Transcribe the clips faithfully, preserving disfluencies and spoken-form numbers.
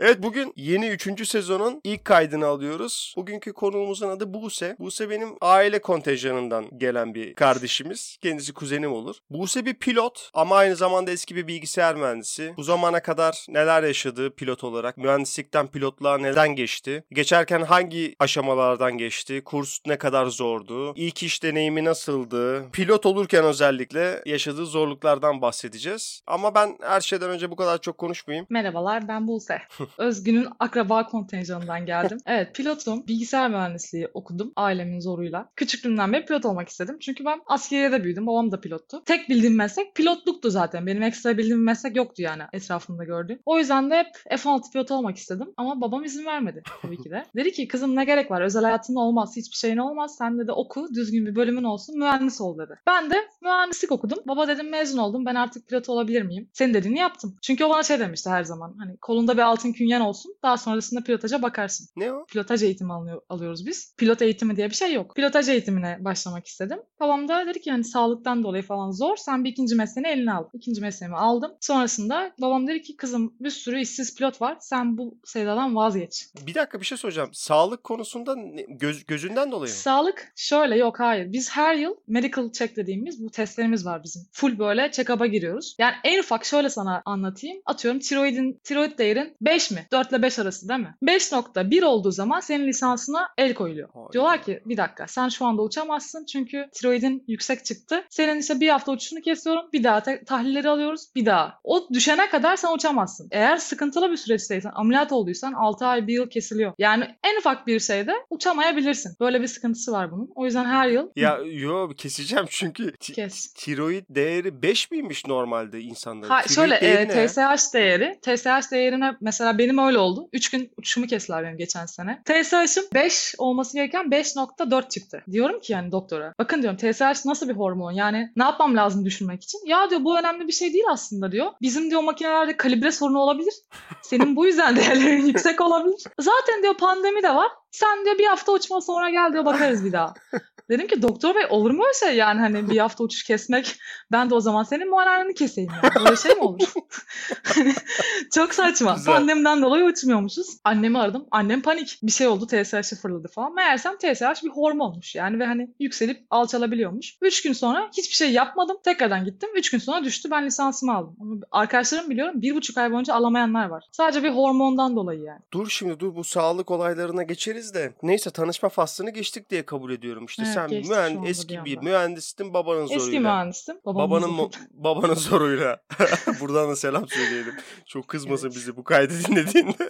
Evet, bugün yeni üçüncü sezonun ilk kaydını alıyoruz. Bugünkü konuğumuzun adı Buse. Buse benim aile kontenjanından gelen bir kardeşimiz. Kendisi kuzenim olur. Buse bir pilot ama aynı zamanda eski bir bilgisayar mühendisi. Bu zamana kadar neler yaşadı pilot olarak? Mühendislikten pilotluğa neden geçti? Geçerken hangi aşamalardan geçti? Kurs ne kadar zordu? İlk iş deneyimi nasıldı? Pilot olurken özellikle yaşadığı zorluklardan bahsedeceğiz. Ama ben her şeyden önce bu kadar çok konuşmayayım. Merhabalar, ben Buse. Özgün'ün akraba kontenjanından geldim. Evet, pilotum. Bilgisayar mühendisliği okudum ailemin zoruyla. Küçüklüğümden beri pilot olmak istedim. Çünkü ben askeriyede büyüdüm. Babam da pilottu. Tek bildiğim meslek pilotluktu zaten. Benim ekstra bildiğim bir meslek yoktu yani etrafımda gördüğüm. O yüzden de hep F on altı pilotu olmak istedim. Ama babam izin vermedi tabii ki de. Dedi ki kızım ne gerek var? Özel hayatında olmaz. Hiçbir şeyin olmaz. Sen de, de oku. Düzgün bir bölümün olsun. Mühendis ol dedi. Ben de mühendislik okudum. Baba dedim mezun oldum. Ben artık pilot olabilir miyim? Senin dediğini yaptım. Çünkü o bana şey demişti her zaman. Hani kolunda bir altın künyen olsun. Daha sonrasında pilotaja bakarsın. Ne o? Pilotaj eğitimi alıyor, alıyoruz biz. Pilot eğitimi diye bir şey yok. Pilotaj eğitimine başlamak istedim. Babam da dedi ki hani sağlıktan dolayı falan zor. Sen bir ikinci mesleğini eline al. İkinci mesleğimi aldım. Sonrasında babam dedi ki kızım bir sürü işsiz pilot var. Sen bu sevdadan vazgeç. Bir dakika, bir şey soracağım. Sağlık konusunda ne- göz, gözünden dolayı mı? Sağlık şöyle yok hayır. Biz her yıl medical check dediğimiz bu testlerimiz var bizim. Full böyle check-up'a giriyoruz. Yani en ufak şöyle sana anlatayım. Atıyorum tiroidin, tiroid değerin beş mi? dört ile beş arası değil mi? beş nokta bir olduğu zaman senin lisansına el koyuluyor. Hayda. Diyorlar ki bir dakika sen şu anda uçamazsın çünkü tiroidin yüksek çıktı. Senin işte bir hafta uçuşunu kesiyorum. Bir daha te- tahlilleri alıyoruz. Bir daha. O düşene kadar sen uçamazsın. Eğer sıkıntılı bir süreçteysen, ameliyat olduysan altı ay bir yıl kesiliyor. Yani en ufak bir şeyde uçamayabilirsin. Böyle bir sıkıntısı var bunun. O yüzden her yıl Ya yo, keseceğim çünkü ti- kes. tiroid değeri beş miymiş normalde insanların? Ha, Tiroid şöyle değeri e, ne? T S H değeri. T S H değerine mesela benim öyle oldu. üç gün uçuşumu kestiler benim geçen sene. T S H'ım beş olması gereken beş nokta dört çıktı. Diyorum ki yani doktora. Bakın diyorum T S H nasıl bir hormon? Yani ne yapmam lazım düşünmek için? Ya diyor bu önemli bir şey değil aslında diyor. Bizim diyor makinelerde kalibre sorunu olabilir. Senin bu yüzden değerlerin yüksek olabilir. Zaten diyor pandemi de var. Sen diyor bir hafta uçma sonra gel diyor bakarız bir daha. Dedim ki doktor bey olur mu öyle şey yani hani bir hafta uçuş kesmek ben de o zaman senin muayeneni keseyim yani. Böyle şey mi olur? Hani çok saçma. Güzel. Pandemiden dolayı uçmuyormuşuz. Annemi aradım. Annem panik. Bir şey oldu T S H'ı fırladı falan. Meğersem T S H bir hormonmuş yani ve hani yükselip alçalabiliyormuş. üç gün sonra hiçbir şey yapmadım. Tekrardan gittim. üç gün sonra düştü. Ben lisansımı aldım. Ama arkadaşlarım biliyorum bir buçuk ay boyunca alamayanlar var. Sadece bir hormondan dolayı yani. Dur şimdi dur, bu sağlık olaylarına geçeriz de. Neyse, tanışma faslını geçtik diye kabul ediyorum. İşte Evet, sen geçtik mühend- şu anda bir eski bir anda. mühendistin babanın Eski zoruyla. mühendistim. Babamın Babanın zoruyla. mo- babanın zoruyla. Buradan da selam söyleyelim. Çok kızmasın Evet. bizi bu kaydı dinlediğinde.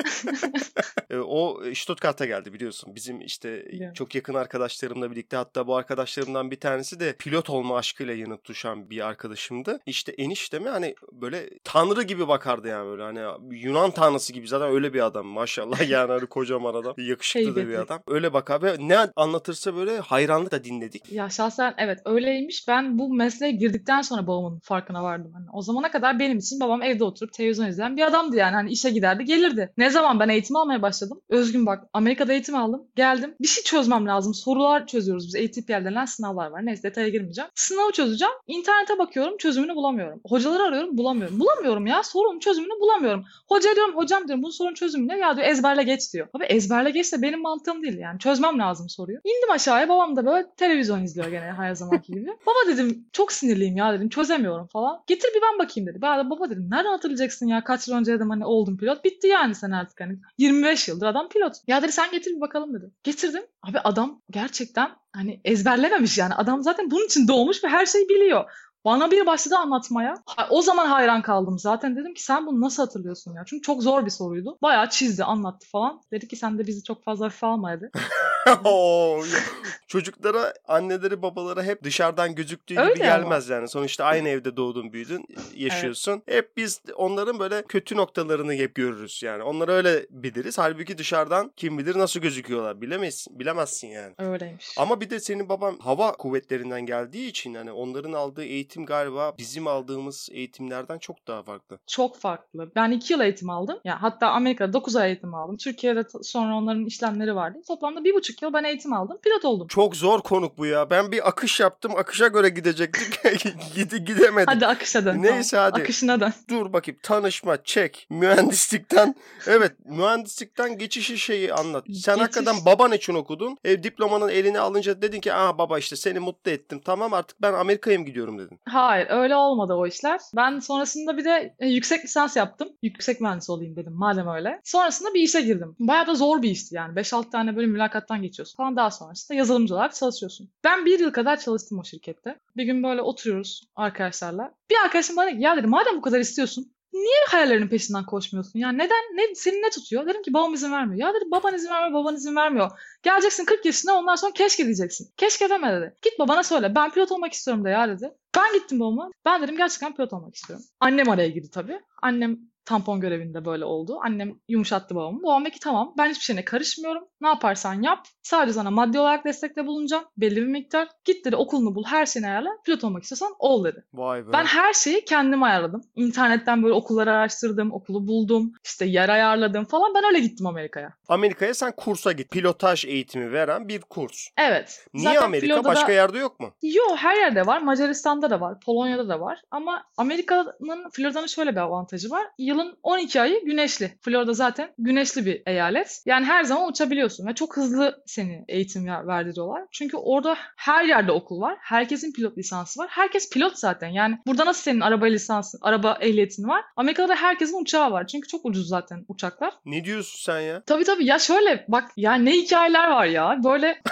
E, o Stuttgart'a geldi biliyorsun. Bizim işte Biliyorum. çok yakın arkadaşlarımla birlikte, hatta bu arkadaşlarımdan bir tanesi de pilot olma aşkıyla yanıp tutuşan bir arkadaşımdı. İşte enişteme hani böyle tanrı gibi bakardı yani, böyle hani Yunan tanrısı gibi, zaten öyle bir adam maşallah yani, hani kocaman adam, yakışıklı da bir Heybetli. adam. Öyle bakar ve ne anlatırsa böyle hayranlıkla dinledik. Ya şahsen evet öyleymiş. Ben bu mesleğe girdikten sonra babamın farkına vardım. Hani o zamana kadar benim için babam evde oturup televizyon izleyen bir adamdı yani. Hani işe giderdi gelirdi. Ne zaman ben eğitim almaya başladım? Özgün bak Amerika'da eğitim aldım. Geldim. Bir şey çözmem lazım. Sorular çözüyoruz biz. A T P L denilen sınavlar var. Neyse detaya girmeyeceğim. Sınavı çözeceğim. İnternete bakıyorum. Çözümünü bulamıyorum. Hocaları arıyorum. Bulamıyorum. Bulamıyorum ya. Sorunun çözümünü bulamıyorum. Hoca diyorum hocam diyorum bu sorunun çözümü ne? Ya diyor ezberle geç diyor. Abi ezberle geç de benim mantığım değil yani. Çözmem lazım soruyu. İndim aşağıya. Babam da böyle televizyon izliyor gene her zamanki gibi. Baba dedim çok sinirliyim ya dedim. Çözemiyorum falan. Getir bir ben bakayım dedi. Ben de baba dedim nereden hatırlayacaksın ya? Kaç yıl önce dedim hani oldum pilot. Bitti yani sen artık hani. yirmi beş yıldır adam pilot. Ya dedi sen getir bir bakalım dedi. Getirdim. Abi adam gerçekten hani ezberlememiş yani. Adam zaten bunun için doğmuş ve her şeyi biliyor. Bana bir başladı anlatmaya. Ha, o zaman hayran kaldım. Zaten dedim ki sen bunu nasıl hatırlıyorsun ya? Çünkü çok zor bir soruydu. Bayağı çizdi, anlattı falan. Dedi ki sen de bizi çok fazla hafife alma dedi. Oo, çocuklara anneleri babaları hep dışarıdan gözüktüğü Öyle gibi ama. gelmez yani. Sonuçta aynı evde doğdun büyüdün yaşıyorsun. Hep biz onların böyle kötü noktalarını hep görürüz yani. Onları öyle biliriz. Halbuki dışarıdan kim bilir nasıl gözüküyorlar. Bilemezsin, bilemezsin yani. Öyleymiş. Ama bir de senin baban hava kuvvetlerinden geldiği için hani onların aldığı eğitim galiba bizim aldığımız eğitimlerden çok daha farklı. Çok farklı. Ben iki yıl eğitim aldım. Ya hatta Amerika'da dokuz ay eğitim aldım. Türkiye'de t- sonra onların işlemleri vardı. Toplamda bir buçuk buçuk yıl ben eğitim aldım. Pilot oldum. Çok zor konuk bu ya. Ben bir akış yaptım. Akışa göre gidecektik. Gide gidemedik. Hadi akışa dön. Neyse tamam. hadi. Akışına dön. Dur bakayım. Tanışma, çek. Mühendislikten. Evet. Mühendislikten geçişi şeyi anlat. Sen Geçiş. hakikaten baban için okudun. E, diplomanın eline alınca dedin ki aa baba işte seni mutlu ettim. Tamam artık ben Amerika'ya mı gidiyorum dedin. Hayır öyle olmadı o işler. Ben sonrasında bir de e, yüksek lisans yaptım. Yüksek mühendis olayım dedim madem öyle. Sonrasında bir işe girdim. Bayağı da zor bir işti yani. beş altı tane böyle mülakattan geçiyorsun falan. Daha sonrasında yazılımcı olarak çalışıyorsun. Ben bir yıl kadar çalıştım o şirkette. Bir gün böyle oturuyoruz arkadaşlarla. Bir arkadaşım bana dedi ki, ya dedi madem bu kadar istiyorsun niye hayallerinin peşinden koşmuyorsun? Yani neden? Ne, seni ne tutuyor? Dedim ki babam izin vermiyor. Ya dedi baban izin vermiyor, baban izin vermiyor. Geleceksin kırk yaşına ondan sonra keşke diyeceksin. Keşke deme dedi. Git babana söyle ben pilot olmak istiyorum de ya dedi. Ben gittim babama. Ben dedim gerçekten pilot olmak istiyorum. Annem araya girdi tabii. Annem tampon görevinde böyle oldu. Annem yumuşattı babamı. Babam dedi ki tamam ben hiçbir şeyine karışmıyorum. Ne yaparsan yap. Sadece sana maddi olarak destekte bulunacağım. Belli bir miktar. Git dedi okulunu bul. Her şeyini ayarla. Pilot olmak istiyorsan ol dedi. Vay be. Ben her şeyi kendim ayarladım. İnternetten böyle okulları araştırdım. Okulu buldum. İşte yer ayarladım falan. Ben öyle gittim Amerika'ya. Amerika'ya sen kursa git. Pilotaj eğitimi veren bir kurs. Evet. Niye Zaten Amerika? Florida'da... Başka yerde yok mu? Yo her yerde var. Macaristan'da da var. Polonya'da da var. Ama Amerika'nın, Florida'nın şöyle bir avantajı var. Yılın on iki ayı güneşli. Florida zaten güneşli bir eyalet. Yani her zaman uçabiliyorsun ve çok hızlı seni eğitim verdiriyorlar. Çünkü orada her yerde okul var. Herkesin pilot lisansı var. Herkes pilot zaten. Yani burada nasıl senin araba lisansı, araba ehliyetin var? Amerika'da da herkesin uçağı var. Çünkü çok ucuz zaten uçaklar. Ne diyorsun sen ya? Tabii tabii. Ya şöyle bak ya ne hikayeler var ya. Böyle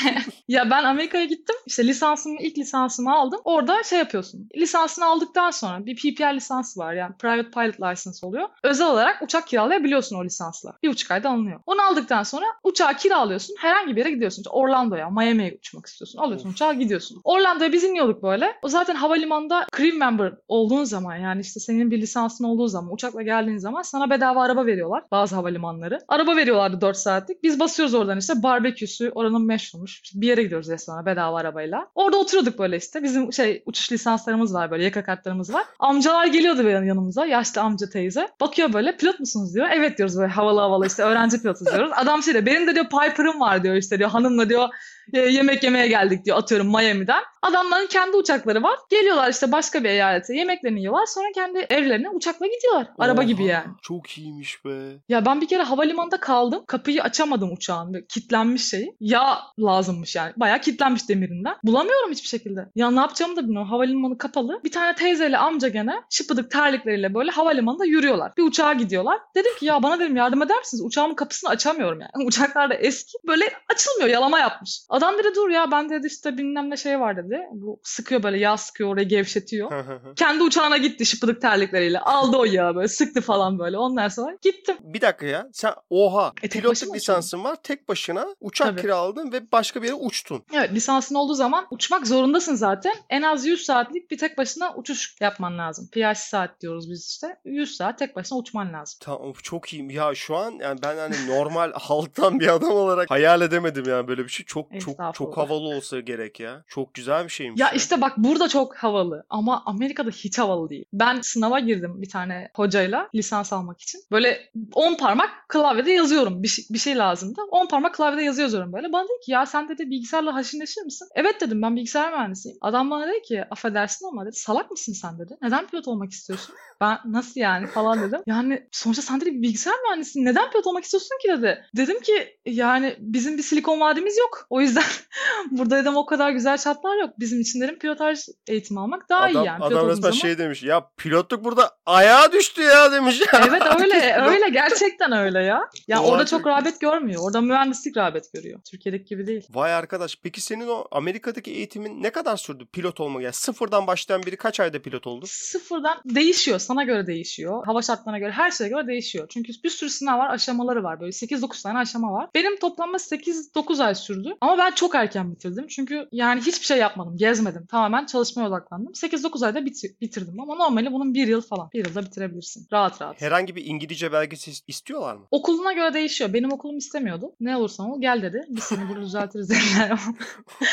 ya ben Amerika'ya gittim. İşte lisansımı, ilk lisansımı aldım. Orada şey yapıyorsun. Lisansını aldıktan sonra bir P P L lisansı var. Yani Private Pilot License oluyor. Özel olarak uçak kiralayabiliyorsun o lisansla. Bir buçuk ayda alınıyor. Onu aldıktan sonra uçağı kiralıyorsun. Herhangi bir yere gidiyorsun. İşte Orlando'ya, Miami'ye uçmak istiyorsun. Alıyorsun Of. uçağı gidiyorsun. Orlando'ya biz iniyorduk böyle. O zaten havalimanında crew member olduğun zaman yani işte senin bir lisansın olduğu zaman uçakla geldiğin zaman sana bedava araba veriyorlar. Bazı havalimanları. Araba veriyorlardı dört saatlik. Biz basıyoruz oradan işte barbeküsü oranın meşhurmuş. İşte bir yere gidiyoruz restorana bedava arabayla. Orada oturuyorduk böyle işte. Bizim şey uçuş lisanslarımız var böyle yaka kartlarımız var. Amcalar geliyordu böyle yanımıza. Yaşlı amca teyze. Bakıyor böyle pilot musunuz diyor. Evet diyoruz böyle havalı havalı işte öğrenci pilotuz diyoruz. Adam şey diyor benim de diyor Piper'ım var diyor işte diyor hanımla diyor e, yemek yemeye geldik diyor atıyorum Miami'den. Adamların kendi uçakları var. Geliyorlar işte başka bir eyalete yemeklerini yiyorlar. Sonra kendi evlerine uçakla gidiyorlar. Araba Oha, gibi yani. Çok iyiymiş be. Ya ben bir kere havalimanında kaldım. Kapıyı açamadım uçağın. Böyle kilitlenmiş şeyi. Yağ lazımmış yani. Bayağı kilitlenmiş demirinden. Bulamıyorum hiçbir şekilde. Ya ne yapacağımı da bilmiyorum. Havalimanı kapalı. Bir tane teyzeyle amca gene şıpıdık terlikleriyle böyle havalimanında yürüyorlar. Bir uçağa gidiyorlar. Dedim ki ya bana dedim yardım eder misiniz? Uçağımın kapısını açamıyorum yani. Uçaklar da eski. Böyle açılmıyor. Yalama yapmış. Adam dedi dur ya ben dedi işte bilmem ne şey var dedi. Bu sıkıyor böyle yağ sıkıyor orayı gevşetiyor. Kendi uçağına gitti şıpıdık terlikleriyle. Aldı o yağı böyle sıktı falan böyle. Ondan sonra gittim. Bir dakika ya. Sen oha E, tek pilotluk başıma lisansın var. Tek başına uçak Tabii. kiraladın ve başka bir yere uçtun. Evet lisansın olduğu zaman uçmak zorundasın zaten. En az yüz saatlik bir tek başına uçuş yapman lazım. P I C saat diyoruz biz işte. yüz saat tek başına uçman lazım. Tamam çok iyiyim. Ya şu an yani ben hani normal halktan bir adam olarak hayal edemedim yani böyle bir şey. Çok çok çok Estağfurullah. havalı olsa gerek ya. Çok güzel bir şeymiş. Ya işte bak burada çok havalı ama Amerika'da hiç havalı değil. Ben sınava girdim bir tane hocayla lisans almak için. Böyle on parmak klavyede yazıyorum. Bir şey, bir şey lazımdı. on parmak klavyede yazıyorum böyle. Bana dedi ki ya sen dedi bilgisayarla haşır neşir misin? Evet dedim ben bilgisayar mühendisiyim. Adam bana dedi ki affedersin ama dedi salak mısın sen dedi. Neden pilot olmak istiyorsun? Ben nasıl yani falan dedim. Yani sonuçta sen dedi bir bilgisayar mühendisisin. Neden pilot olmak istiyorsun ki dedi. Dedim ki yani bizim bir silikon vadimiz yok. O yüzden burada dedim o kadar güzel şartlar yok. Bizim için dedim pilotaj eğitimi almak daha adam, iyi yani. Pilot adam olduğun resmen zaman... şey demiş. Ya pilotluk burada ayağa düştü ya demiş. Evet öyle öyle gerçekten öyle ya. Ya Oha, orada çok çok rağbet görmüyor. Orada mühendislik rağbet görüyor. Türkiye'deki gibi değil. Vay arkadaş. Peki senin o Amerika'daki eğitimin ne kadar sürdü pilot olmak? Yani sıfırdan başlayan biri kaç ayda pilot oldu? Sıfırdan değişiyor. Sana göre değişiyor. Hava şartlarına göre her şeye göre değişiyor. Çünkü bir sürü sınav var. Aşamaları var. Böyle sekiz dokuz tane aşama var. Benim toplamda sekiz dokuz ay sürdü. Ama ben çok erken bitirdim. Çünkü yani hiçbir şey yapmadım. Gezmedim. Tamamen çalışmaya odaklandım. sekiz dokuz ayda bit- bitirdim. Ama normali bunun bir yıl falan. Bir yılda bitirebilirsin. Rahat rahat. Herhangi bir İngilizce belgesi istiyorlar mı? Okuluna göre değişiyor. Benim okulum istemiyordu. Ne olursa ol gel dedi. Biz seni burada düzeltiriz dediler.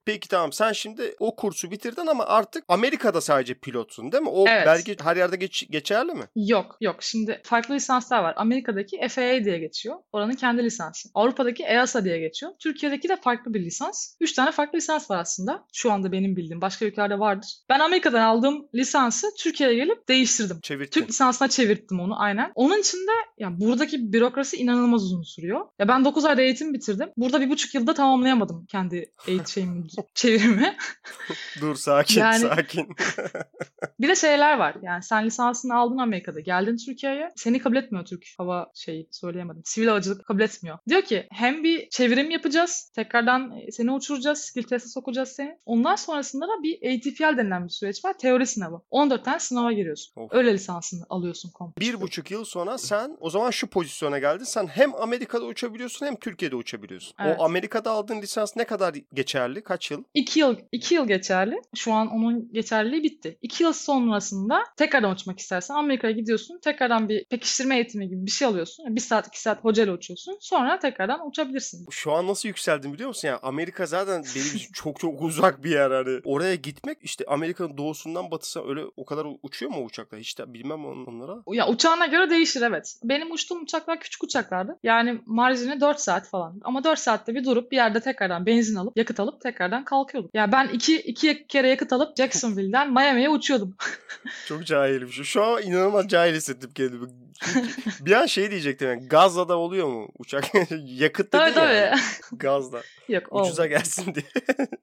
Peki tamam, sen şimdi o kursu bitirdin ama artık Amerika'da sadece pilotsun değil mi? O Evet. belge her yerde geç, geçerli mi? Yok yok. Şimdi farklı lisanslar var. Amerika'daki F A A diye geçiyor. Oranın kendi lisansı. Avrupa'daki E A S A diye geçiyor. Türkiye'deki de farklı bir lisans. Üç tane farklı lisans var aslında. Şu anda benim bildiğim. Başka ülkelerde vardır. Ben Amerika'dan aldığım lisansı Türkiye'ye gelip değiştirdim. Çevirttin. Türk lisansına çevirttim onu aynen. Onun için de yani buradaki bürokrasi inanılmaz uzun sürüyor. Ya ben dokuz ayda eğitim bitirdim. Burada bir buçuk yılda tamamlayamadım kendi eğitim çevirimi. Dur sakin Yani- sakin. Bir de şeyler var. Yani sen lisansını aldın Amerika'da. Geldin Türkiye'ye. Seni kabul etmiyor Türk hava şeyi söyleyemedim. Sivil havacılık kabul etmiyor. Diyor ki hem bir çevirim yapacağız. Tekrardan seni uçuracağız. Skill test'e sokacağız seni. Ondan sonrasında da bir A T P L denilen bir süreç var. Teori sınavı. on dört tane sınava giriyorsun. Of. Öyle lisansını alıyorsun komple. Bir buçuk yıl sonra sen o zaman şu pozisyona geldin. Sen hem Amerika'da uçabiliyorsun hem Türkiye'de uçabiliyorsun. Evet. O Amerika'da aldığın lisans ne kadar geçerli? Kaç yıl? İki yıl, iki yıl geçerli. Şu an onun geçerliliği bitti. İki yıl sonrasında tekrardan uçmak istersen Amerika'ya gidiyorsun. Tekrardan bir pekiştirme eğitimi gibi bir şey alıyorsun. Yani bir saat, iki saat hocayla uçuyorsun. Sonra tekrardan uçabilirsin. Şu an nasıl yükseldim biliyor musun? Ya Amerika zaten benim için çok çok uzak bir yer hani. Oraya gitmek işte Amerika'nın doğusundan batısına öyle o kadar uçuyor mu uçaklar? Hiç de bilmem on- onlara. Ya uçağına göre değişir evet. Benim uçtuğum uçaklar küçük uçaklardı. Yani marjini dört saat falan. Ama dört saatte bir durup bir yerde tekrardan benzin alıp, yakıt alıp tekrardan kalkıyordum. Ya ben iki, iki kere yakıt alıp Jacksonville'den Miami'ye uçuyordum. Çok cahilim şu. Şu an inanılmaz cahil hissettim kendimi. Çünkü bir an şey diyecektim yani, gazla da oluyor mu uçak? Yakıt dedin Tabii tabii. yani. Gazla. Yok Ucuza olmadı. gelsin diye.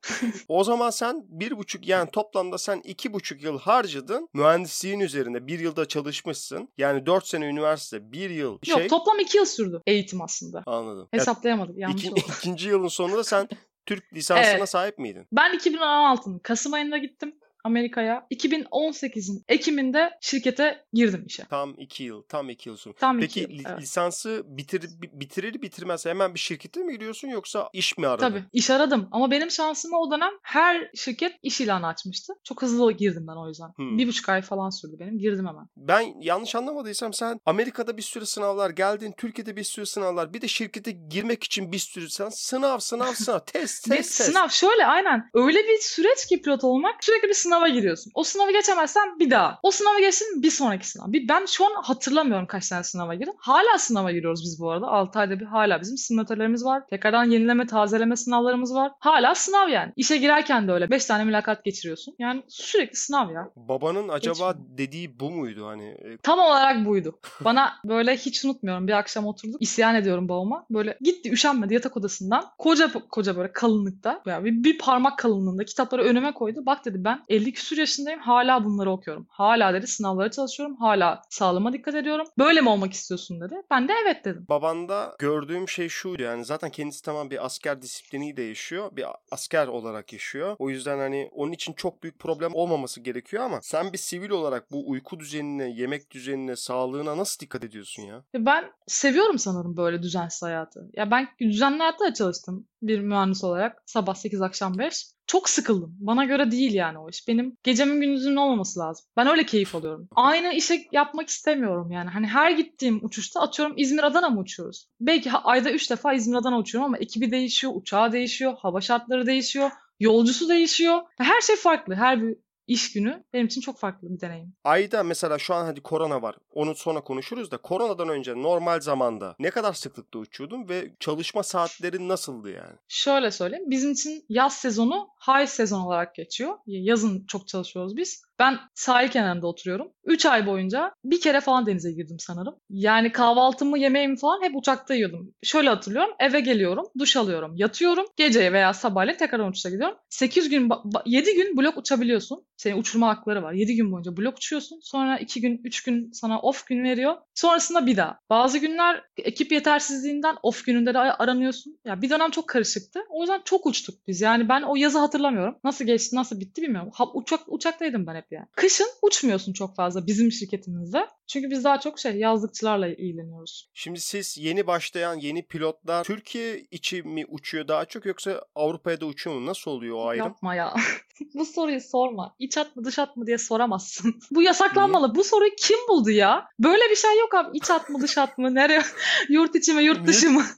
O zaman sen bir buçuk yani toplamda sen iki buçuk yıl harcadın. Mühendisliğin üzerinde bir yılda çalışmışsın. Yani dört sene üniversite, bir yıl şey. Yok toplam iki yıl sürdü eğitim aslında. Anladım. Ya, Hesaplayamadık yanlış iki- oldu. ikinci yılın sonunda sen Türk lisansına Evet. sahip miydin? Ben iki bin on altının Kasım ayında gittim Amerika'ya. iki bin on sekizin Ekim'inde şirkete girdim işe. Tam iki yıl. Tam iki yıl sonra. Tam Peki iki yıl. li- Evet. lisansı bitir, bi- bitirir bitirmez hemen bir şirkete mi giriyorsun yoksa iş mi aradın? Tabii iş aradım ama benim şansıma o dönem her şirket iş ilanı açmıştı. Çok hızlı girdim ben o yüzden. Hmm. Bir buçuk ay falan sürdü benim. Girdim hemen. Ben yanlış anlamadıysam sen Amerika'da bir sürü sınavlar geldin, Türkiye'de bir sürü sınavlar, bir de şirkete girmek için bir sürü sen sınav sınav sınav test Ve test test. sınav şöyle aynen. Öyle bir süreç ki pilot olmak. Sürekli bir sınava giriyorsun. O sınavı geçemezsen bir daha. O sınavı geçsin bir sonraki sınav. Bir, ben şu an hatırlamıyorum kaç tane sınava girdim. Hala sınava giriyoruz biz bu arada. altı ayda bir hala bizim simülatörlerimiz var. Tekrardan yenileme, tazeleme sınavlarımız var. Hala sınav yani. İşe girerken de öyle. beş tane mülakat geçiriyorsun. Yani sürekli sınav ya. Babanın acaba Geçmiyor. dediği bu muydu hani? e, Tam olarak buydu. Bana böyle hiç unutmuyorum. Bir akşam oturduk. İsyan ediyorum babama. Böyle gitti üşenmedi yatak odasından. Koca koca böyle kalınlıkta. Yani bir, bir parmak kalınlığında kitapları önüme koydu. Bak dedi ben elli küsur yaşındayım. Hala bunları okuyorum. Hala dedi sınavlara çalışıyorum. Hala sağlığıma dikkat ediyorum. Böyle mi olmak istiyorsun dedi. Ben de evet dedim. Babanda gördüğüm şey şuydu yani zaten kendisi tamam bir asker disipliniyle yaşıyor. Bir asker olarak yaşıyor. O yüzden hani onun için çok büyük problem olmaması gerekiyor ama sen bir sivil olarak bu uyku düzenine, yemek düzenine, sağlığına nasıl dikkat ediyorsun ya? Ya ben seviyorum sanırım böyle düzensiz hayatı. Ya ben düzenli hayatta da çalıştım bir mühendis olarak. Sabah sekiz akşam beş. Çok sıkıldım. Bana göre değil yani o iş. Benim gecemin gündüzümün olmaması lazım. Ben öyle keyif alıyorum. Aynı işe yapmak istemiyorum yani. Hani her gittiğim uçuşta atıyorum İzmir Adana mı uçuyoruz? Belki ha- ayda üç defa İzmir Adana uçuyorum ama ekibi değişiyor, uçağı değişiyor, hava şartları değişiyor, yolcusu değişiyor. Her şey farklı. Her bir iş günü benim için çok farklı bir deneyim. Ayda mesela şu an hadi korona var. Onu sonra konuşuruz da koronadan önce normal zamanda ne kadar sıklıkla uçuyordun ve çalışma saatlerin nasıldı yani? Şöyle söyleyeyim. Bizim için yaz sezonu high sezon olarak geçiyor. Yazın çok çalışıyoruz biz. Ben sahil kenarında oturuyorum. üç ay boyunca bir kere falan denize girdim sanırım. Yani kahvaltımı, yemeğimi falan hep uçakta yiyordum. Şöyle hatırlıyorum. Eve geliyorum, duş alıyorum, yatıyorum. Geceye veya sabahleyin tekrar uçuşa gidiyorum. sekiz gün, yedi gün blok uçabiliyorsun. Senin uçurma hakları var. yedi gün boyunca blok uçuyorsun. Sonra iki gün, üç gün sana off gün veriyor. Sonrasında bir daha. Bazı günler ekip yetersizliğinden off gününde de aranıyorsun. Ya bir dönem çok karışıktı. O yüzden çok uçtuk biz. Yani ben o yazı hatırlamıyorum. Nasıl geçti, nasıl bitti bilmiyorum. Ha, uçak, uçaktaydım ben hep yani. Kışın uçmuyorsun çok fazla bizim şirketimizde. Çünkü biz daha çok şey yazlıkçılarla ilgileniyoruz. Şimdi siz yeni başlayan yeni pilotlar Türkiye içi mi uçuyor daha çok yoksa Avrupa'ya da uçuyor mu? Nasıl oluyor o ayrım? Yapma ya. Bu soruyu sorma. İç hat mı dış hat mı diye soramazsın. Bu yasaklanmalı. Niye? Bu soruyu kim buldu ya? Böyle bir şey yok abi. İç hat mı dış hat mı? Nereye? Yurt içi mi yurt dışı mı?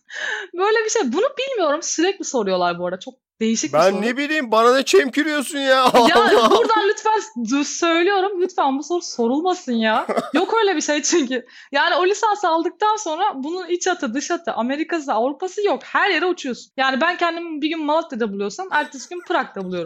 Böyle bir şey. Bunu bilmiyorum. Sürekli soruyorlar bu arada. Çok değişik bir Ben soru. ne bileyim, bana ne çemkiriyorsun ya? Ya Allah. buradan lütfen d- söylüyorum. Lütfen bu soru sorulmasın ya. Yok öyle bir şey çünkü. Yani o lisansı aldıktan sonra bunun iç hatı, dış hatı, Amerika'sı, Avrupa'sı yok. Her yere uçuyorsun. Yani ben kendimi bir gün Malatya'da buluyorsam ertesi gün Prag'da buluyorum.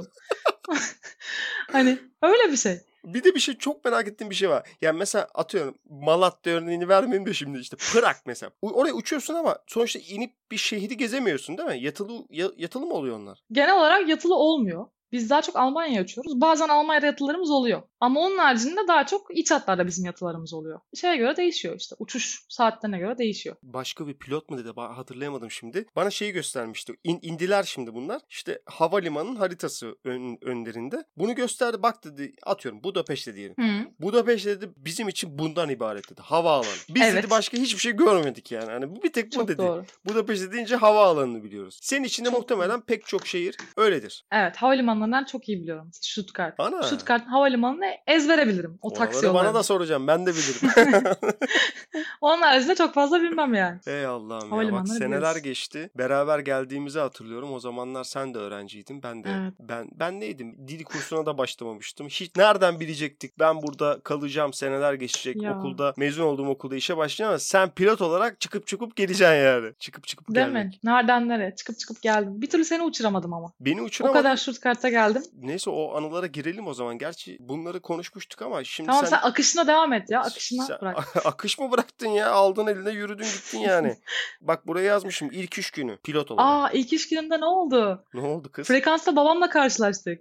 Hani öyle bir şey. Bir de bir şey, çok merak ettiğim bir şey var. Yani mesela atıyorum, Malatya örneğini vermeyeyim de şimdi, işte Prag mesela. U- Oraya uçuyorsun ama sonuçta inip bir şehri gezemiyorsun değil mi? Yatılı ya- yatılı mı oluyor onlar? Genel olarak yatılı olmuyor. Biz daha çok Almanya'ya uçuyoruz. Bazen Almanya'da yatılarımız oluyor. Ama onun haricinde daha çok iç hatlarda bizim yatılarımız oluyor. Şeye göre değişiyor işte. Uçuş saatlerine göre değişiyor. Başka bir pilot mu dedi, ba- hatırlayamadım şimdi. Bana şeyi göstermişti. İn, indiler şimdi bunlar. İşte havalimanının haritası ön- önlerinde. Bunu gösterdi, bak dedi, atıyorum Budapeşte diyelim. Hı. Budapeşte dedi bizim için bundan ibaret dedi. Havaalanı. Biz Evet. dedi başka hiçbir şey görmedik yani. Hani bu bir tek bu Çok dedi. doğru. Budapeşte deyince havaalanını biliyoruz. Senin için de Çok muhtemelen pek çok şehir öyledir. Evet, havalimanlarından çok iyi biliyorum. Stuttgart. Ana. Stuttgart havalimanını ezbere bilirim. O taksi Oraları bana yollarını. da soracağım. Ben de bilirim. Onun haricinde çok fazla bilmem yani. Ey Allah'ım ya. Bak Havalimanları seneler biliyoruz. geçti. Beraber geldiğimizi hatırlıyorum. O zamanlar sen de öğrenciydin. Ben de. Evet. Ben ben neydim? Dil kursuna da başlamamıştım. Hiç nereden bilecektik? Ben burada kalacağım. Seneler geçecek. Ya. Okulda, mezun olduğum okulda işe başlayacağım ama sen pilot olarak çıkıp çıkıp geleceksin yani. Çıkıp çıkıp Değil gelmek. mi? Nereden nereye? Çıkıp çıkıp geldim. Bir türlü seni uçuramadım ama. Beni O uçuramadın. kadar Stuttgart'a geldim. Neyse, o anılara girelim o zaman. Gerçi bunları konuşmuştuk ama şimdi Tamam sen... sen akışına devam et ya. Akışına Sen- bırak. akış mı bıraktın ya? Aldın eline yürüdün gittin yani. Bak buraya yazmışım, ilk üç günü pilot olarak. Aa ilk iş günümde ne oldu? Ne oldu kız? Frekansla babamla karşılaştık.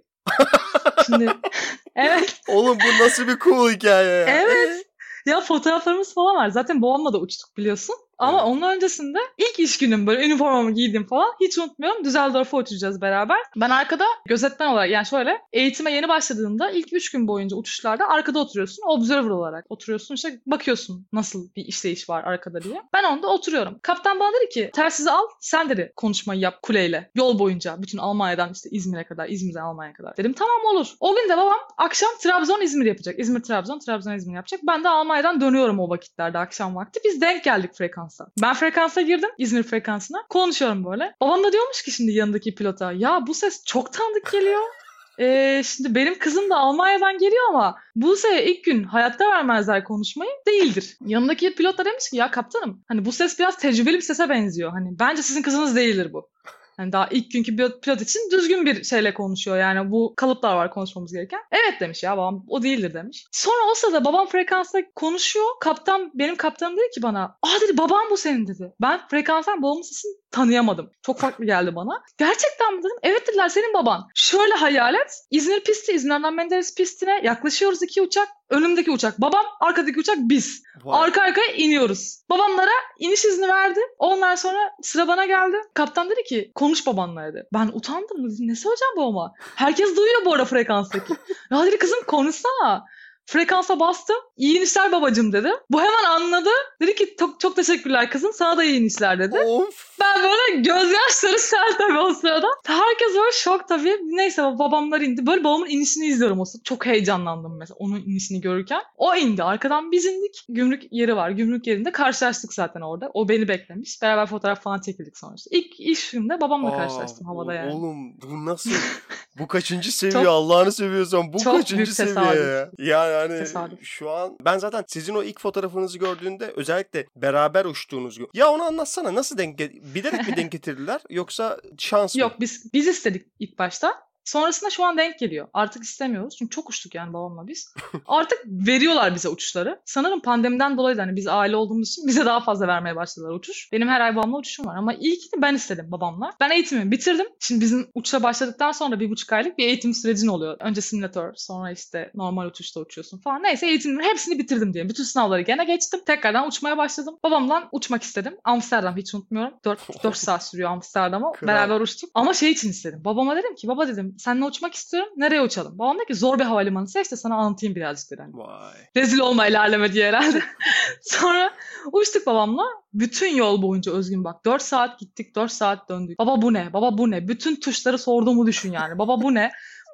Şimdi evet. Oğlum bu nasıl bir cool hikaye ya? Evet. Ya fotoğraflarımız falan var. Zaten babamla da uçtuk biliyorsun. Ama Evet. onun öncesinde ilk iş günüm böyle üniformamı giydim falan. Hiç unutmuyorum. Düsseldorf'a uçacağız beraber. Ben arkada gözetmen olarak, yani şöyle, eğitime yeni başladığında ilk üç gün boyunca uçuşlarda arkada oturuyorsun. Observer olarak oturuyorsun, işte bakıyorsun nasıl bir işleyiş var arkada diye. Ben onda oturuyorum. Kaptan bana dedi ki telsizi al, sen dedi konuşmayı yap kuleyle. Yol boyunca bütün Almanya'dan işte İzmir'e kadar, İzmir'den Almanya'ya kadar. Dedim tamam olur. O gün de babam akşam Trabzon İzmir yapacak. İzmir Trabzon, Trabzon İzmir yapacak. Ben de Almanya'dan dönüyorum o vakitlerde akşam vakti. Biz denk geldik frekansa. Ben frekansa girdim, İzmir frekansına. Konuşuyorum böyle. Babam da diyormuş ki şimdi yanındaki pilota, ya bu ses çok tanıdık geliyor. Ee, şimdi benim kızım da Almanya'dan geliyor ama Buse'ye ilk gün hayatta vermezler konuşmayı, değildir. Yanındaki pilot da demiş ki ya kaptanım, hani bu ses biraz tecrübeli bir sese benziyor. Hani bence sizin kızınız değildir bu. Yani daha ilk günkü pilot, pilot için düzgün bir şeyle konuşuyor. Yani bu kalıplar var konuşmamız gereken. Evet demiş ya babam, o değildir demiş. Sonra o sırada babam frekansta konuşuyor. Kaptan, benim kaptanım dedi ki bana, aa dedi babam bu senin dedi. Ben frekanstan babamın sesini tanıyamadım. Çok farklı geldi bana. Gerçekten mi dedim. Evet dediler, senin baban. Şöyle hayal et. İzmir pisti, İzmir'den Menderes pistine yaklaşıyoruz, iki uçak. Önümdeki uçak babam, arkadaki uçak biz. Vay. Arka arkaya iniyoruz. Babamlara iniş izni verdi. Ondan sonra sıra bana geldi. Kaptan dedi ki konuş babanla dedi. Ben utandım. Dedim, ne söyleyeceğim babama? Herkes duyuyor bu arada frekanstaki. Ya dedi kızım konuşsana. Frekansa bastım. İyi inişler babacığım dedi. Bu hemen anladı. Dedi ki çok, çok teşekkürler kızım. Sana da iyi inişler dedi. Of. Ben böyle gözyaşları sel tabii o sırada. Herkes böyle şok tabii. Neyse babamlar indi. Böyle babamın inişini izliyorum o sırada. Çok heyecanlandım mesela onun inişini görürken. O indi. Arkadan biz indik. Gümrük yeri var. Gümrük yerinde karşılaştık zaten orada. O beni beklemiş. Beraber fotoğraf falan çekildik sonra işte. İlk iş günümde babamla Aa, karşılaştım havada yani. Oğlum bu nasıl? Bu kaçıncı seviye? Çok- Allah'ını seviyorsan bu çok kaçıncı büyük seviye tesadüf. ya? Ya yani Tesadüf. şu an ben zaten sizin o ilk fotoğrafınızı gördüğünde özellikle beraber uçtuğunuz gün. Ya onu anlatsana, nasıl denk get- bilerek mi denk getirdiler yoksa şans mı? Yok biz biz istedik ilk başta. Sonrasında şu an denk geliyor. Artık istemiyoruz. Çünkü çok uçtuk yani babamla biz. Artık veriyorlar bize uçuşları. Sanırım pandemiden dolayı da hani biz aile olduğumuz için bize daha fazla vermeye başladılar uçuş. Benim her ay babamla uçuşum var ama ilk de ben istedim babamla. Ben eğitimimi bitirdim. Şimdi bizim uçuşa başladıktan sonra bir buçuk aylık bir eğitim sürecin oluyor. Önce simülatör, sonra işte normal uçuşta uçuyorsun falan. Neyse eğitimimin hepsini bitirdim diye. Bütün sınavları gene geçtim. Tekrardan uçmaya başladım. Babamla uçmak istedim. Amsterdam, hiç unutmuyorum. dört saat sürüyor Amsterdam'a. Kral. Beraber uçtuk. Ama şey için istedim. Babama dedim ki baba dedim seninle uçmak istiyorum. Nereye uçalım? Babam dedi ki zor bir havalimanı seç de sana anlatayım birazcık dedi. Hani. Vay. Rezil olma el aleme diye herhalde. Sonra uçtuk babamla. Bütün yol boyunca Özgün bak. dört saat gittik, dört saat döndük. Baba bu ne? Baba bu ne? Bütün tuşları sorduğumu düşün yani. Baba bu ne?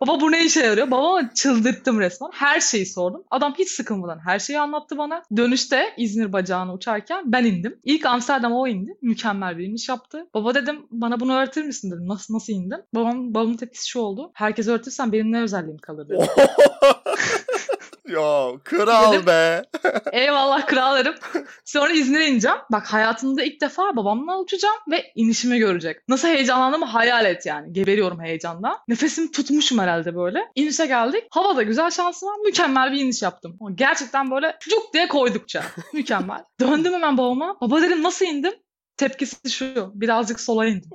Baba bu ne işe yarıyor? Babama çıldırttım resmen. Her şeyi sordum. Adam hiç sıkılmadan her şeyi anlattı bana. Dönüşte İzmir bacağına uçarken ben indim. İlk Amsterdam'a o indi. Mükemmel bir iniş yaptı. Baba dedim bana bunu öğretir misin dedim. Nasıl nasıl indim? Babam, babamın tepkisi şu oldu. Herkes öğretirsen benim ne özelliğim kalır dedi. Ya kral dedim, be. Eyvallah krallarım. Sonra İzmir'e ineceğim. Bak hayatımda ilk defa babamla uçacağım ve inişimi görecek. Nasıl heyecanlandığımı hayal et yani. Geberiyorum heyecandan. Nefesimi tutmuşum herhalde böyle. İnişe geldik. Havada güzel şansım var. Mükemmel bir iniş yaptım. Gerçekten böyle cuk diye koydukça. Mükemmel. Döndüm hemen babama. Baba dedim nasıl indim? Tepkisi şu. Birazcık sola indim.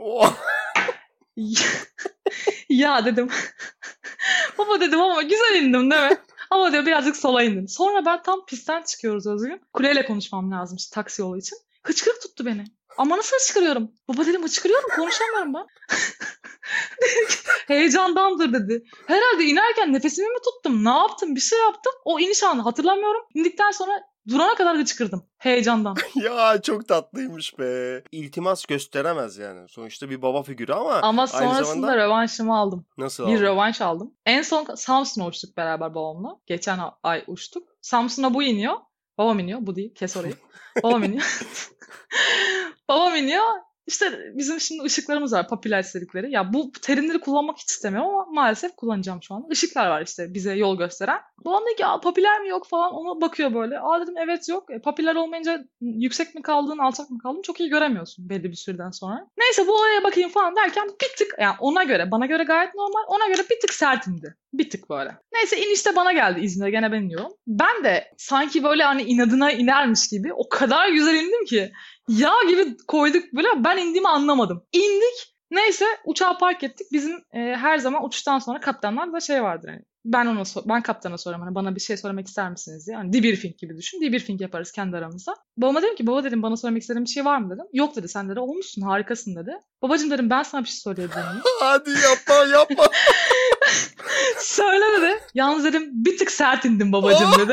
Ya dedim. Baba dedim ama güzel indim değil mi? Ama diyor birazcık sola indim. Sonra ben tam pistten çıkıyoruz Özgün. Kuleyle konuşmam lazım işte, taksi yolu için. Hıçkırık tuttu beni. Ama nasıl hıçkırıyorum? Baba dedim hıçkırıyorum, konuşamıyorum ben. Heyecandandır dedi. Herhalde inerken nefesimi mi tuttum? Ne yaptım? Bir şey yaptım. O iniş anı hatırlamıyorum. İndikten sonra durana kadar hıçkırdım. Heyecandan. Ya çok tatlıymış be. İltimas gösteremez yani. Sonuçta bir baba figürü ama Ama aynı sonrasında zamanda... rövanşımı aldım. Nasıl bir aldın? rövanş aldım. En son Samsun'a uçtuk beraber babamla. Geçen ay uçtuk. Samsun'a bu iniyor. Babam iniyor. Bu değil. Kes orayı. Babam iniyor. Babam iniyor. İşte bizim şimdi ışıklarımız var. Papiller dedikleri. Ya bu terimleri kullanmak hiç istemiyorum ama maalesef kullanacağım şu an. Işıklar var işte bize yol gösteren. Babam dedi ki papiller mi yok falan. Ona bakıyor böyle. Aa dedim evet yok. E, papiller olmayınca yüksek mi kaldın alçak mı kaldın çok iyi göremiyorsun belli bir süreden sonra. Neyse bu olaya bakayım falan derken bir tık yani ona göre bana göre gayet normal. Ona göre bir tık sert indi. Bir tık böyle. Neyse inişte bana geldi İzmir'e. Gene ben iniyorum. Ben de sanki böyle hani inadına inermiş gibi o kadar güzel indim ki. Yağ gibi koyduk böyle. Ben indiğimi anlamadım. İndik. Neyse uçağı park ettik. Bizim e, her zaman uçuştan sonra kaptanlar da şey vardır yani. Ben ona ben kaptana soruyorum hani bana bir şey söylemek ister misiniz diye. Hani debriefing gibi düşün. Debriefing yaparız kendi aramızda. Babama dedim ki baba dedim bana söylemek istediğin bir şey var mı dedim. Yok dedi sen dedi olmuşsun harikasın dedi. Babacığım dedim ben sana bir şey söyleyebilir miyim? Hadi yapma yapma. Söyle dedi. Yalnız dedim bir tık sert indim babacığım dedi.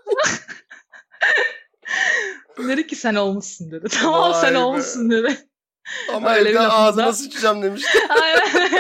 Dedi ki sen olmuşsun dedi. Tamam Vay sen be. olmuşsun dedi. Ama Öyle evde bir ağzına lafımda- sıçacağım demişti. Aynen.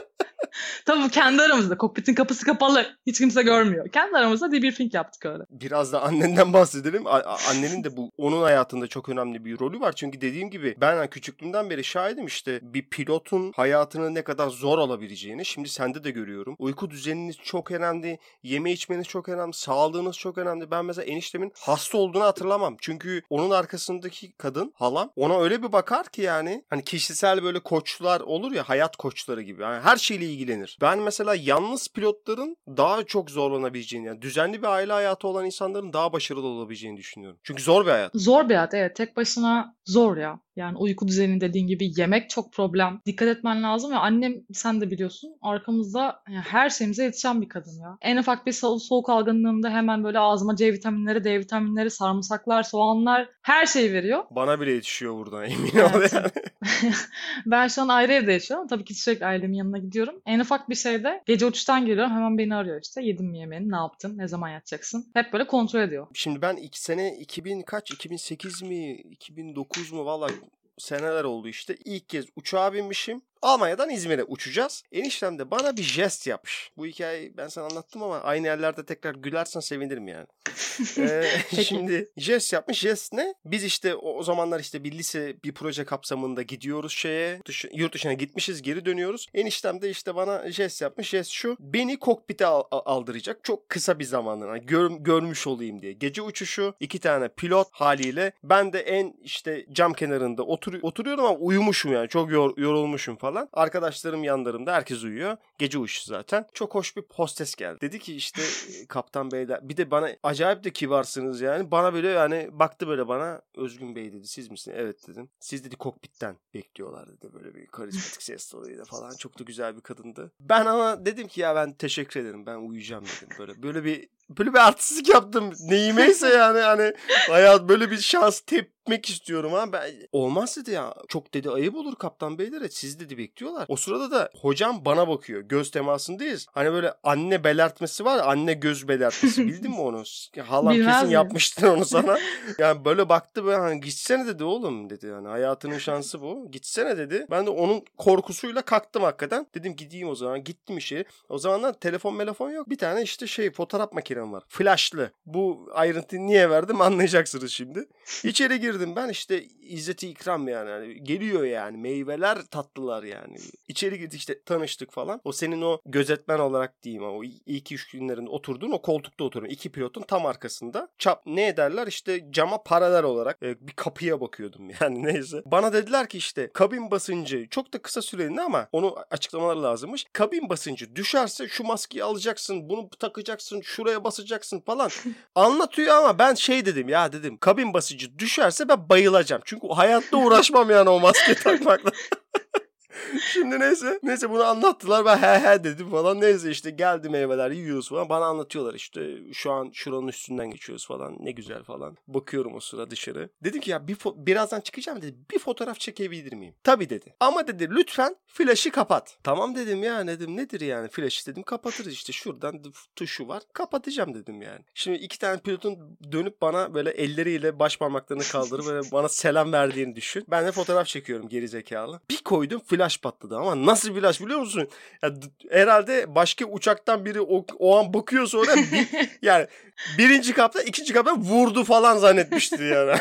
Tabii kendi aramızda. Kokpitin kapısı kapalı. Hiç kimse görmüyor. Kendi aramızda debriefing yaptık öyle. Biraz da annenden bahsedelim. A- a- annenin de bu onun hayatında çok önemli bir rolü var. Çünkü dediğim gibi ben küçüklüğümden beri şahidim işte bir pilotun hayatını ne kadar zor olabileceğini. Şimdi sende de görüyorum. Uyku düzeniniz çok önemli. Yeme içmeniz çok önemli. Sağlığınız çok önemli. Ben mesela eniştemin hasta olduğunu hatırlamam. Çünkü onun arkasındaki kadın halam ona öyle bir bakar ki yani hani kişisel böyle koçlar olur ya hayat koçları gibi. Yani her şeyle ilgilenir. Ben mesela yalnız pilotların daha çok zorlanabileceğini yani düzenli bir aile hayatı olan insanların daha başarılı olabileceğini düşünüyorum. Çünkü zor bir hayat. Zor bir hayat evet. Tek başına zor ya. Yani uyku düzeni dediğin gibi yemek çok problem. Dikkat etmen lazım ya annem sen de biliyorsun arkamızda yani her şeyimize yetişen bir kadın ya. En ufak bir so- soğuk algınlığında hemen böyle ağzıma C vitaminleri, D vitaminleri, sarımsaklar, soğanlar her şeyi veriyor. Bana bile yetişiyor buradan emin Evet. ol yani. Ben şu an ayrı evde yaşıyorum. Tabii ki sürekli ailemin yanına gidiyorum. En ufak bir şeyde gece uçuştan geliyorum hemen beni arıyor işte. Yedin mi yemeğini, ne yaptın, ne zaman yatacaksın? Hep böyle kontrol ediyor. Şimdi ben iki sene iki bin kaç iki bin sekiz mi iki bin dokuz mu vallahi seneler oldu işte. İlk kez uçağa binmişim. Almanya'dan İzmir'e uçacağız. Eniştem de bana bir jest yapmış. Bu hikayeyi ben sana anlattım ama aynı yerlerde tekrar gülersen sevinirim yani. ee, şimdi jest yapmış. Jest ne? Biz işte o, o zamanlar işte bir lise bir proje kapsamında gidiyoruz şeye. Dışı, yurt dışına gitmişiz geri dönüyoruz. Eniştem de işte bana jest yapmış. Jest şu. Beni kokpite al, aldıracak. Çok kısa bir zamanlığına. Gör, görmüş olayım diye. Gece uçuşu iki tane pilot haliyle. Ben de en işte cam kenarında otur, oturuyorum ama uyumuşum yani. Çok yor, yorulmuşum falan. Arkadaşlarım yanlarımda herkes uyuyor. Gece uyuşu zaten. Çok hoş bir hostes geldi. Dedi ki işte kaptan beyler bir de bana acayip de kibarsınız yani. Bana böyle yani baktı böyle bana Özgün Bey dedi siz misiniz? Evet dedim. Siz dedi kokpitten bekliyorlar dedi. Böyle bir karizmatik ses tonuyla falan. Çok da güzel bir kadındı. Ben ama dedim ki ya ben teşekkür ederim. Ben uyuyacağım dedim. Böyle böyle bir böyle bir artistlik yaptım. Neyimeyse yani hani hayat böyle bir şans tepmek istiyorum ama ben olmaz dedi ya. Çok dedi ayıp olur kaptan beylere. Siz dedi bekliyorlar. O sırada da hocam bana bakıyor. Göz temasındayız. Hani böyle anne belertmesi var ya, anne göz belertmesi. Bildin mi onu? Halam Bilmez kesin miyim? yapmıştır onu sana. Yani böyle baktı böyle, hani gitsene dedi oğlum dedi. Yani hayatının şansı bu. Gitsene dedi. Ben de onun korkusuyla kalktım hakikaten. Dedim gideyim o zaman. Gittim işe. O zamanlar telefon telefon yok. Bir tane işte şey fotoğraf makinem var. Flashlı. Bu ayrıntıyı niye verdim anlayacaksınız şimdi. İçeri girdim ben, işte İzzet-i İkram yani. Yani geliyor yani. Meyveler tatlılar yani. İçeri girdik, işte tanıştık falan. O senin o gözetmen olarak diyeyim, o ilk üç günlerinde oturduğun o koltukta oturuyorum. İki pilotun tam arkasında. Çap ne ederler işte, cama paralel olarak e, bir kapıya bakıyordum yani, neyse. Bana dediler ki işte kabin basıncı çok da kısa süreliğine ama onu açıklamaları lazımmış. Kabin basıncı düşerse şu maskeyi alacaksın, bunu takacaksın, şuraya basacaksın falan. Anlatıyor ama ben şey dedim ya, dedim kabin basıncı düşerse ben bayılacağım. Çünkü hayatta uğraşmam yani o maske takmakla. Şimdi neyse. Neyse bunu anlattılar. Ben he he dedim falan. Neyse işte geldi, meyveler yiyoruz falan. Bana anlatıyorlar işte şu an şuranın üstünden geçiyoruz falan. Ne güzel falan. Bakıyorum o sıra dışarı. Dedim ki ya bir fo- birazdan çıkacağım dedi. Bir fotoğraf çekebilir miyim? Tabii dedi. Ama dedi lütfen flaşı kapat. Tamam dedim ya, dedim nedir yani flaşı dedim, kapatırız işte şuradan tuşu var. Kapatacağım dedim yani. Şimdi iki tane pilotun dönüp bana böyle elleriyle baş parmaklarını kaldırıp böyle bana selam verdiğini düşün. Ben de fotoğraf çekiyorum gerizekalı. Bir koydum flaş patladı ama nasıl flash biliyor musun? Ya, herhalde başka uçaktan biri o, o an bakıyor sonra bir, yani birinci kapta ikinci kapta vurdu falan zannetmişti yani.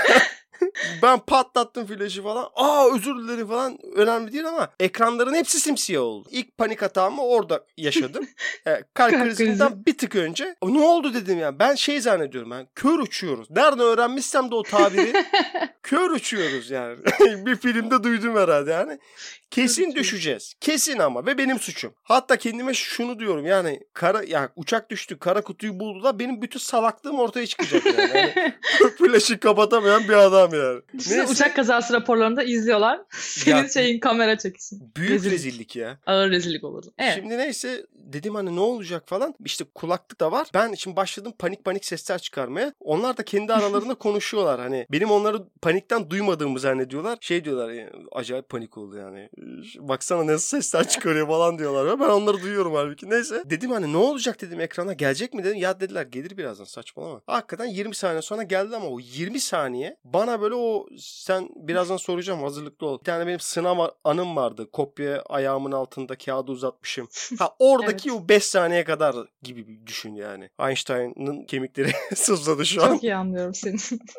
Ben patlattım flaşı falan. Aa özür dilerim falan. Önemli değil ama ekranların hepsi simsiyah oldu. İlk panik hatamı orada yaşadım. E, kalp krizinden bir tık önce. Ne oldu dedim ya. Ben şey zannediyorum. Ben kör uçuyoruz. Nerede öğrenmişsem de o tabiri. Kör uçuyoruz yani. Bir filmde duydum herhalde yani. Kesin düşeceğiz. Kesin ama ve benim suçum. Hatta kendime şunu diyorum yani, kara yani uçak düştü, kara kutuyu buldular, benim bütün salaklığım ortaya çıkacak yani. yani flaşı kapatamayan bir adam yani. Neyse. Uçak kazası raporlarında izliyorlar. Senin ya, şeyin kamera çeksin. Büyük rezillik, rezillik ya. Ağır rezillik olur. Evet. Şimdi neyse dedim hani ne olacak falan. İşte kulaklık da var. Ben şimdi başladım panik panik sesler çıkarmaya. Onlar da kendi aralarında konuşuyorlar. Hani benim onları panikten duymadığımı zannediyorlar. Şey diyorlar yani, acayip panik oldu yani. Baksana nasıl sesler çıkarıyor falan diyorlar. Ben onları duyuyorum halbuki. Neyse. Dedim hani ne olacak dedim ekrana, gelecek mi dedim. Ya dediler gelir birazdan, saçmalama. Hakikaten yirmi saniye sonra geldi ama o yirmi saniye bana böyle o, sen birazdan soracağım, hazırlıklı ol. Bir tane benim sınav anım vardı. Kopya ayağımın altında kağıdı uzatmışım. Ha oradaki evet. O beş saniye kadar gibi bir düşün yani. Einstein'ın kemikleri sızladı şu an. Çok iyi anlıyorum seni.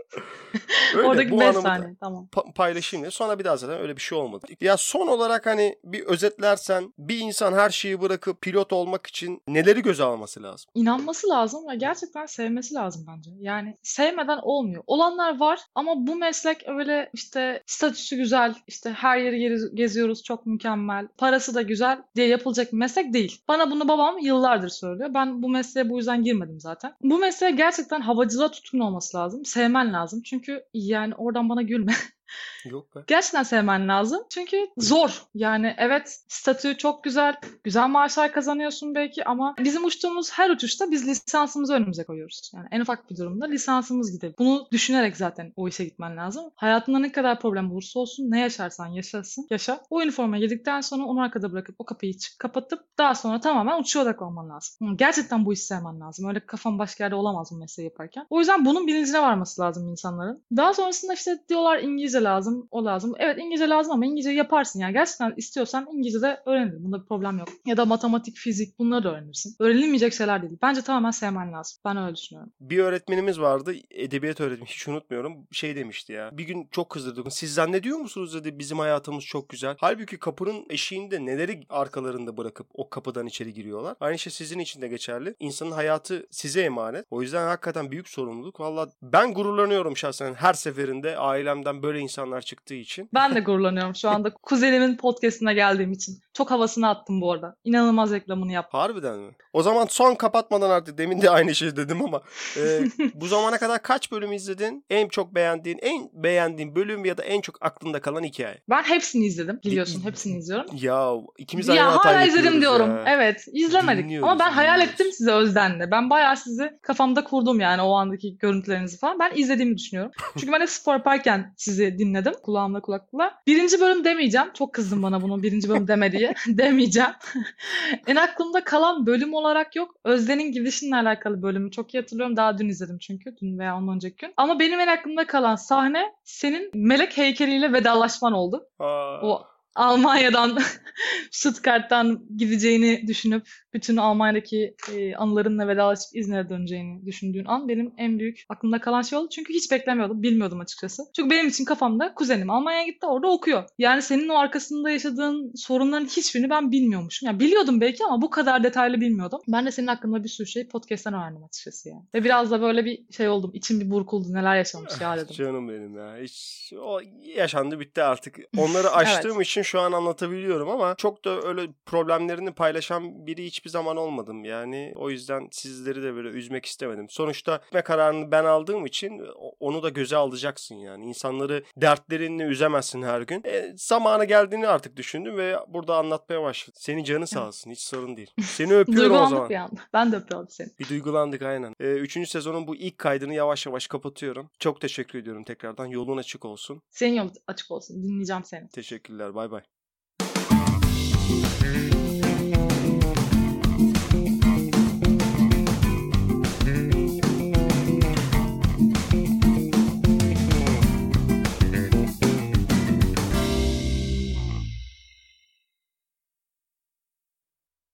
Öyle, oradaki beş saniye tamam. Pa- paylaşayım diye. Sonra bir daha zaten öyle bir şey olmadı. Ya son olarak hani bir özetlersen, bir insan her şeyi bırakıp pilot olmak için neleri göze alması lazım? İnanması lazım ve gerçekten sevmesi lazım bence. Yani sevmeden olmuyor. Olanlar var ama bu meslek öyle işte statüsü güzel, işte her yeri geziyoruz çok mükemmel, parası da güzel diye yapılacak bir meslek değil. Bana bunu babam yıllardır söylüyor. Ben bu mesleğe bu yüzden girmedim zaten. Bu mesleğe gerçekten havacılığa tutkun olması lazım. Sevmen lazım. Çünkü yani oradan bana gülme. Yok be. Gerçekten sevmen lazım. Çünkü zor. Yani evet statü çok güzel. Güzel maaşlar kazanıyorsun belki ama bizim uçtuğumuz her uçuşta biz lisansımızı önümüze koyuyoruz. Yani en ufak bir durumda lisansımız gidebilir. Bunu düşünerek zaten o işe gitmen lazım. Hayatında ne kadar problem olursa olsun, ne yaşarsan yaşasın, yaşa. O üniforma girdikten sonra onu arkada bırakıp o kapıyı çık, kapatıp daha sonra tamamen uçuşa odaklanman lazım. Gerçekten bu işi sevmen lazım. Öyle kafam başka yerde olamaz bu mesleği yaparken. O yüzden bunun bilincine varması lazım insanların. Daha sonrasında işte diyorlar İngilizce lazım, o lazım. Evet İngilizce lazım ama İngilizce yaparsın. Yani gerçekten istiyorsan İngilizce de öğrenilir. Bunda bir problem yok. Ya da matematik, fizik, bunları da öğrenirsin. Öğrenilmeyecek şeyler değil. Bence tamamen sevmen lazım. Ben öyle düşünüyorum. Bir öğretmenimiz vardı. Edebiyat öğretmeni. Hiç unutmuyorum. Şey demişti ya. Bir gün çok kızdırdık. Siz zannediyor musunuz dedi bizim hayatımız çok güzel. Halbuki kapının eşiğinde neleri arkalarında bırakıp o kapıdan içeri giriyorlar. Aynı şey sizin için de geçerli. İnsanın hayatı size emanet. O yüzden hakikaten büyük sorumluluk. Valla ben gururlanıyorum şahsen her seferinde ailemden böyle insanlar çıktığı için. Ben de gururlanıyorum şu anda kuzenimin podcast'ine geldiğim için. Çok havasını attım bu arada. İnanılmaz reklamını yaptım. Harbiden mi? O zaman son kapatmadan artık, demin de aynı şey dedim ama e, bu zamana kadar kaç bölüm izledin? En çok beğendiğin, en beğendiğin bölüm ya da en çok aklında kalan hikaye? Ben hepsini izledim. Biliyorsun hepsini izliyorum. Ya ikimiz aynı Ya hatayı hala yapıyoruz izledim diyorum. ya. Evet, izlemedik. Dinliyoruz, Ama ben hayal dinliyoruz. ettim size Özden'le. Ben bayağı sizi kafamda kurdum yani o andaki görüntülerinizi falan. Ben izlediğimi düşünüyorum. Çünkü ben de spor yaparken sizi dinledim. Kulağımla kulaklıkla. Birinci bölüm demeyeceğim. Çok kızdım bana bunu birinci bölüm deme diye. Demeyeceğim. En aklımda kalan bölüm olarak yok. Özden'in gidişinle alakalı bölümü çok iyi hatırlıyorum. Daha dün izledim çünkü. Dün veya ondan önceki gün. Ama benim en aklımda kalan sahne senin melek heykeliyle vedalaşman oldu. Aa. O Almanya'dan Stuttgart'tan gideceğini düşünüp bütün Almanya'daki e, anılarınla vedalaşıp İzmir'e döneceğini düşündüğün an benim en büyük aklımda kalan şey oldu. Çünkü hiç beklemiyordum, bilmiyordum açıkçası. Çünkü benim için kafamda kuzenim Almanya'ya gitti, orada okuyor. Yani senin o arkasında yaşadığın sorunların hiçbirini ben bilmiyormuşum. Yani biliyordum belki ama bu kadar detaylı bilmiyordum. Ben de senin hakkında bir sürü şey podcast'ten öğrendim açıkçası yani. Ve biraz da böyle bir şey oldum. İçim bir burkuldu. Neler yaşamış ya dedim. Canım benim ya. Hiç, o yaşandı bitti artık. Onları aştığım evet. için şu an anlatabiliyorum ama çok da öyle problemlerini paylaşan biri hiçbir zaman olmadım. Yani o yüzden sizleri de böyle üzmek istemedim. Sonuçta gitme kararını ben aldığım için onu da göze alacaksın yani. İnsanları dertlerinle üzemezsin her gün. E, zamanı geldiğini artık düşündüm ve burada anlatmaya başladım. Senin canı sağ olsun. Hiç sorun değil. Seni öpüyorum o zaman. Bir anda. Ben de öpüyorum seni. Bir duygulandık aynen. E, üçüncü sezonun bu ilk kaydını yavaş yavaş kapatıyorum. Çok teşekkür ediyorum tekrardan. Yolun açık olsun. Senin yolun açık olsun. Dinleyeceğim seni. Teşekkürler. Bay bay.